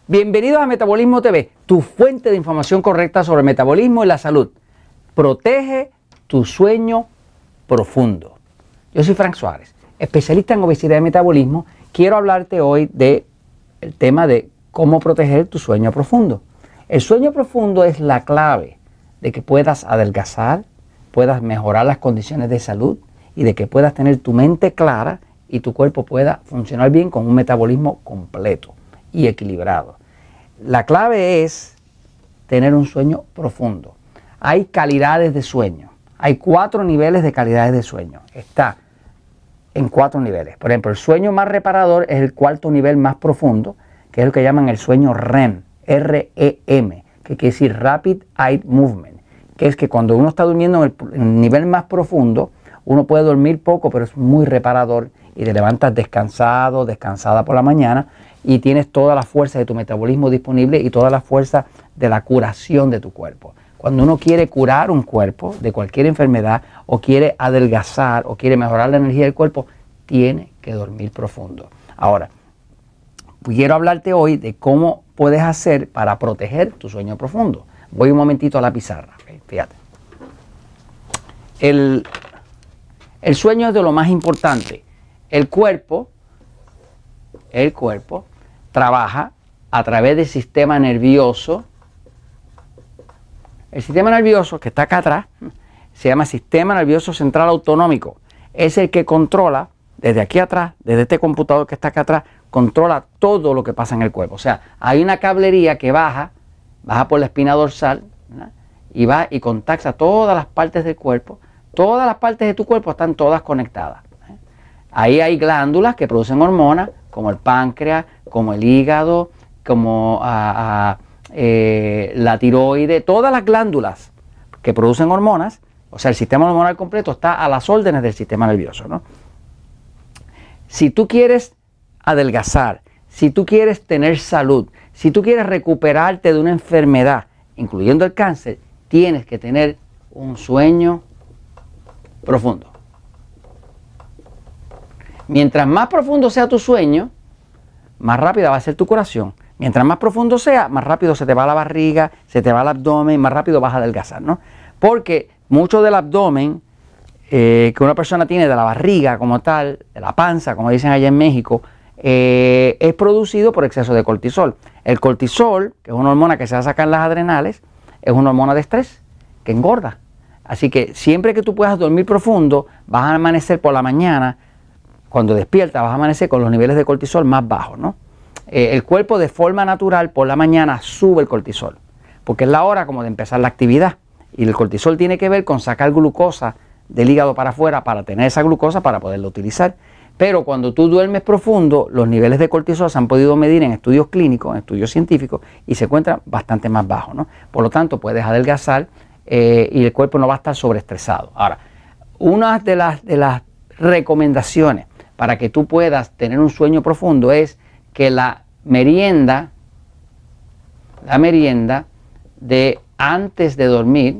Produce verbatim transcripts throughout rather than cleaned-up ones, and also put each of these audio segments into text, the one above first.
Bienvenidos a Metabolismo T V, tu fuente de información correcta sobre el metabolismo y la salud. Protege tu sueño profundo. Yo soy Frank Suárez, especialista en obesidad y metabolismo. Quiero hablarte hoy del tema de cómo proteger tu sueño profundo. El sueño profundo es la clave de que puedas adelgazar, puedas mejorar las condiciones de salud y de que puedas tener tu mente clara y tu cuerpo pueda funcionar bien con un metabolismo completo y equilibrado. La clave es tener un sueño profundo. Hay calidades de sueño. Hay cuatro niveles de calidades de sueño. Está en cuatro niveles. Por ejemplo, el sueño más reparador es el cuarto nivel más profundo, que es lo que llaman el sueño R E M, R E M, que quiere decir Rapid Eye Movement, que es que cuando uno está durmiendo en el, en el nivel más profundo, uno puede dormir poco, pero es muy reparador y te levantas descansado, descansada por la mañana y tienes toda la fuerza de tu metabolismo disponible y toda la fuerza de la curación de tu cuerpo. Cuando uno quiere curar un cuerpo de cualquier enfermedad o quiere adelgazar o quiere mejorar la energía del cuerpo, tiene que dormir profundo. Ahora, quiero hablarte hoy de cómo puedes hacer para proteger tu sueño profundo. Voy un momentito a la pizarra, ¿okay? Fíjate. El, el sueño es de lo más importante. El cuerpo, el cuerpo trabaja a través del sistema nervioso. El sistema nervioso que está acá atrás se llama Sistema Nervioso Central Autonómico. Es el que controla, desde aquí atrás, desde este computador que está acá atrás, controla todo lo que pasa en el cuerpo. O sea, hay una cablería que baja, baja por la espina dorsal, ¿verdad? Y va y contacta todas las partes del cuerpo. Todas las partes de tu cuerpo están todas conectadas. ¿eh? Ahí hay glándulas que producen hormonas, como el páncreas, como el hígado, como a, a, eh, la tiroide, todas las glándulas que producen hormonas. O sea, el sistema hormonal completo está a las órdenes del sistema nervioso, ¿no? Si tú quieres adelgazar, si tú quieres tener salud, si tú quieres recuperarte de una enfermedad, incluyendo el cáncer, tienes que tener un sueño profundo. Mientras más profundo sea tu sueño, más rápida va a ser tu curación. Mientras más profundo sea, más rápido se te va la barriga, se te va el abdomen, más rápido vas a adelgazar, ¿no? Porque mucho del abdomen eh, que una persona tiene, de la barriga como tal, de la panza, como dicen allá en México, eh, es producido por exceso de cortisol. El cortisol, que es una hormona que se saca en las adrenales, es una hormona de estrés que engorda. Así que siempre que tú puedas dormir profundo, vas a amanecer por la mañana. Cuando despiertas vas a amanecer con los niveles de cortisol más bajos, ¿no? Eh, el cuerpo de forma natural por la mañana sube el cortisol, porque es la hora como de empezar la actividad. Y el cortisol tiene que ver con sacar glucosa del hígado para afuera para tener esa glucosa para poderla utilizar. Pero cuando tú duermes profundo, los niveles de cortisol se han podido medir en estudios clínicos, en estudios científicos, y se encuentran bastante más bajos, ¿no? Por lo tanto, puedes adelgazar eh, y el cuerpo no va a estar sobreestresado. Ahora, una de las, de las recomendaciones para que tú puedas tener un sueño profundo es que la merienda, la merienda de antes de dormir,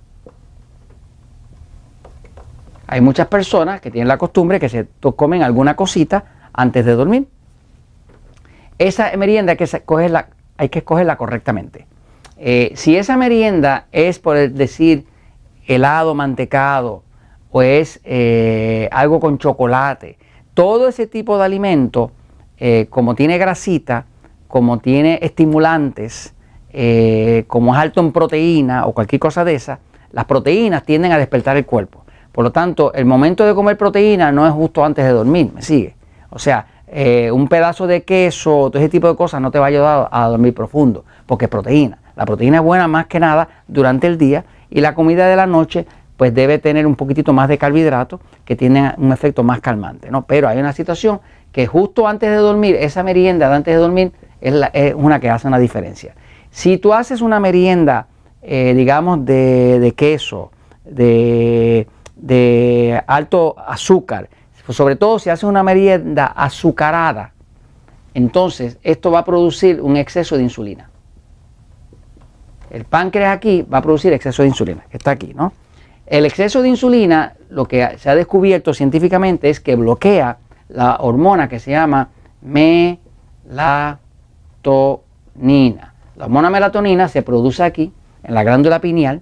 hay muchas personas que tienen la costumbre que se comen alguna cosita antes de dormir. Esa merienda hay que escogerla, hay que escogerla correctamente. Eh, si esa merienda es, por decir, helado mantecado o es eh, algo con chocolate, todo ese tipo de alimento, eh, como tiene grasita, como tiene estimulantes, eh, como es alto en proteína o cualquier cosa de esa, las proteínas tienden a despertar el cuerpo. Por lo tanto, el momento de comer proteína no es justo antes de dormir, ¿me sigue? O sea, eh, un pedazo de queso, todo ese tipo de cosas no te va a ayudar a dormir profundo, porque es proteína. La proteína es buena más que nada durante el día y la comida de la noche pues debe tener un poquitito más de carbohidratos que tienen un efecto más calmante, ¿no? Pero hay una situación que justo antes de dormir, esa merienda de antes de dormir es, la, es una que hace una diferencia. Si tú haces una merienda, eh, digamos, de, de queso, de, de alto azúcar, sobre todo si haces una merienda azucarada, entonces esto va a producir un exceso de insulina. El páncreas aquí va a producir exceso de insulina, que está aquí, ¿no? El exceso de insulina, lo que se ha descubierto científicamente es que bloquea la hormona que se llama melatonina. melatonina. La hormona melatonina se produce aquí, en la glándula pineal.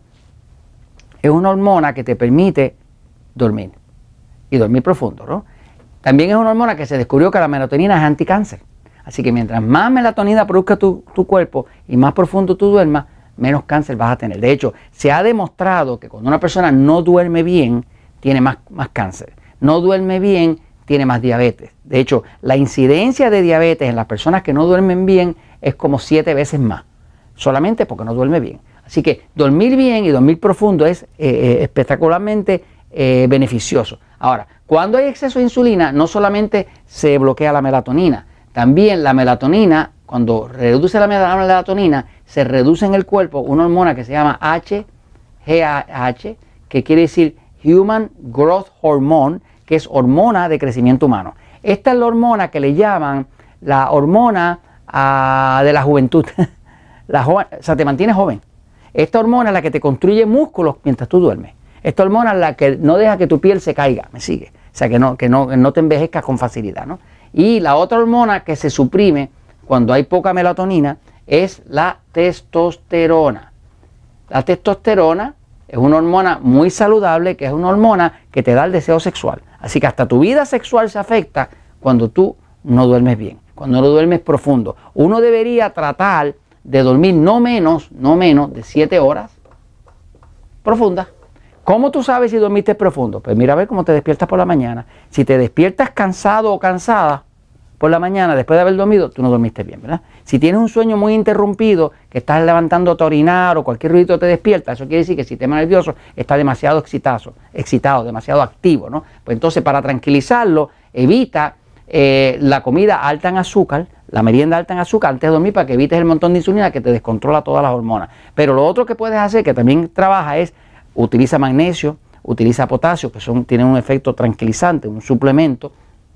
Es una hormona que te permite dormir, y dormir profundo, ¿no? También es una hormona que se descubrió que la melatonina es anticáncer. Así que mientras más melatonina produzca tu, tu cuerpo y más profundo tú duermas, menos cáncer vas a tener. De hecho, se ha demostrado que cuando una persona no duerme bien, tiene más, más cáncer. No duerme bien, tiene más diabetes. De hecho, la incidencia de diabetes en las personas que no duermen bien es como siete veces más, solamente porque no duerme bien. Así que dormir bien y dormir profundo es eh, eh, espectacularmente eh, beneficioso. Ahora, cuando hay exceso de insulina, no solamente se bloquea la melatonina, también la melatonina, cuando reduce la melatonina, se reduce en el cuerpo una hormona que se llama H G H, que quiere decir Human Growth Hormone, que es hormona de crecimiento humano. Esta es la hormona que le llaman la hormona uh, de la juventud. la joven, o sea, te mantiene joven. Esta hormona es la que te construye músculos mientras tú duermes. Esta hormona es la que no deja que tu piel se caiga, ¿me sigue? O sea, que no, que no, que no te envejezcas con facilidad, ¿no? Y la otra hormona que se suprime cuando hay poca melatonina es la testosterona. La testosterona es una hormona muy saludable, que es una hormona que te da el deseo sexual. Así que hasta tu vida sexual se afecta cuando tú no duermes bien, cuando no duermes profundo. Uno debería tratar de dormir no menos, no menos de siete horas profundas. ¿Cómo tú sabes si dormiste profundo? Pues mira a ver cómo te despiertas por la mañana. Si te despiertas cansado o cansada por la mañana después de haber dormido, tú no dormiste bien, ¿verdad? Si tienes un sueño muy interrumpido, que estás levantando a orinar o cualquier ruido te despierta, eso quiere decir que el sistema nervioso está demasiado excitado, excitado, demasiado activo, ¿no? Pues entonces, para tranquilizarlo, evita eh, la comida alta en azúcar, la merienda alta en azúcar antes de dormir, para que evites el montón de insulina que te descontrola todas las hormonas. Pero lo otro que puedes hacer, que también trabaja, es utiliza magnesio, utiliza potasio, que son, tienen un efecto tranquilizante, un suplemento,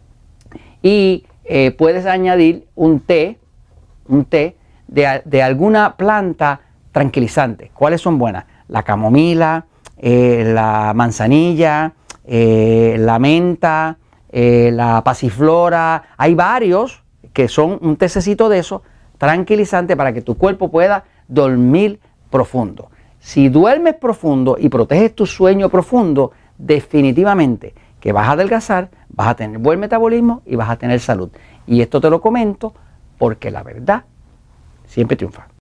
y eh, puedes añadir un té, un té de, de alguna planta tranquilizante. ¿Cuáles son buenas? La camomila, eh, la manzanilla, eh, la menta, eh, la pasiflora. Hay varios que son un tececito de eso, tranquilizante, para que tu cuerpo pueda dormir profundo. Si duermes profundo y proteges tu sueño profundo, definitivamente que vas a adelgazar, vas a tener buen metabolismo y vas a tener salud. Y esto te lo comento porque la verdad siempre triunfa.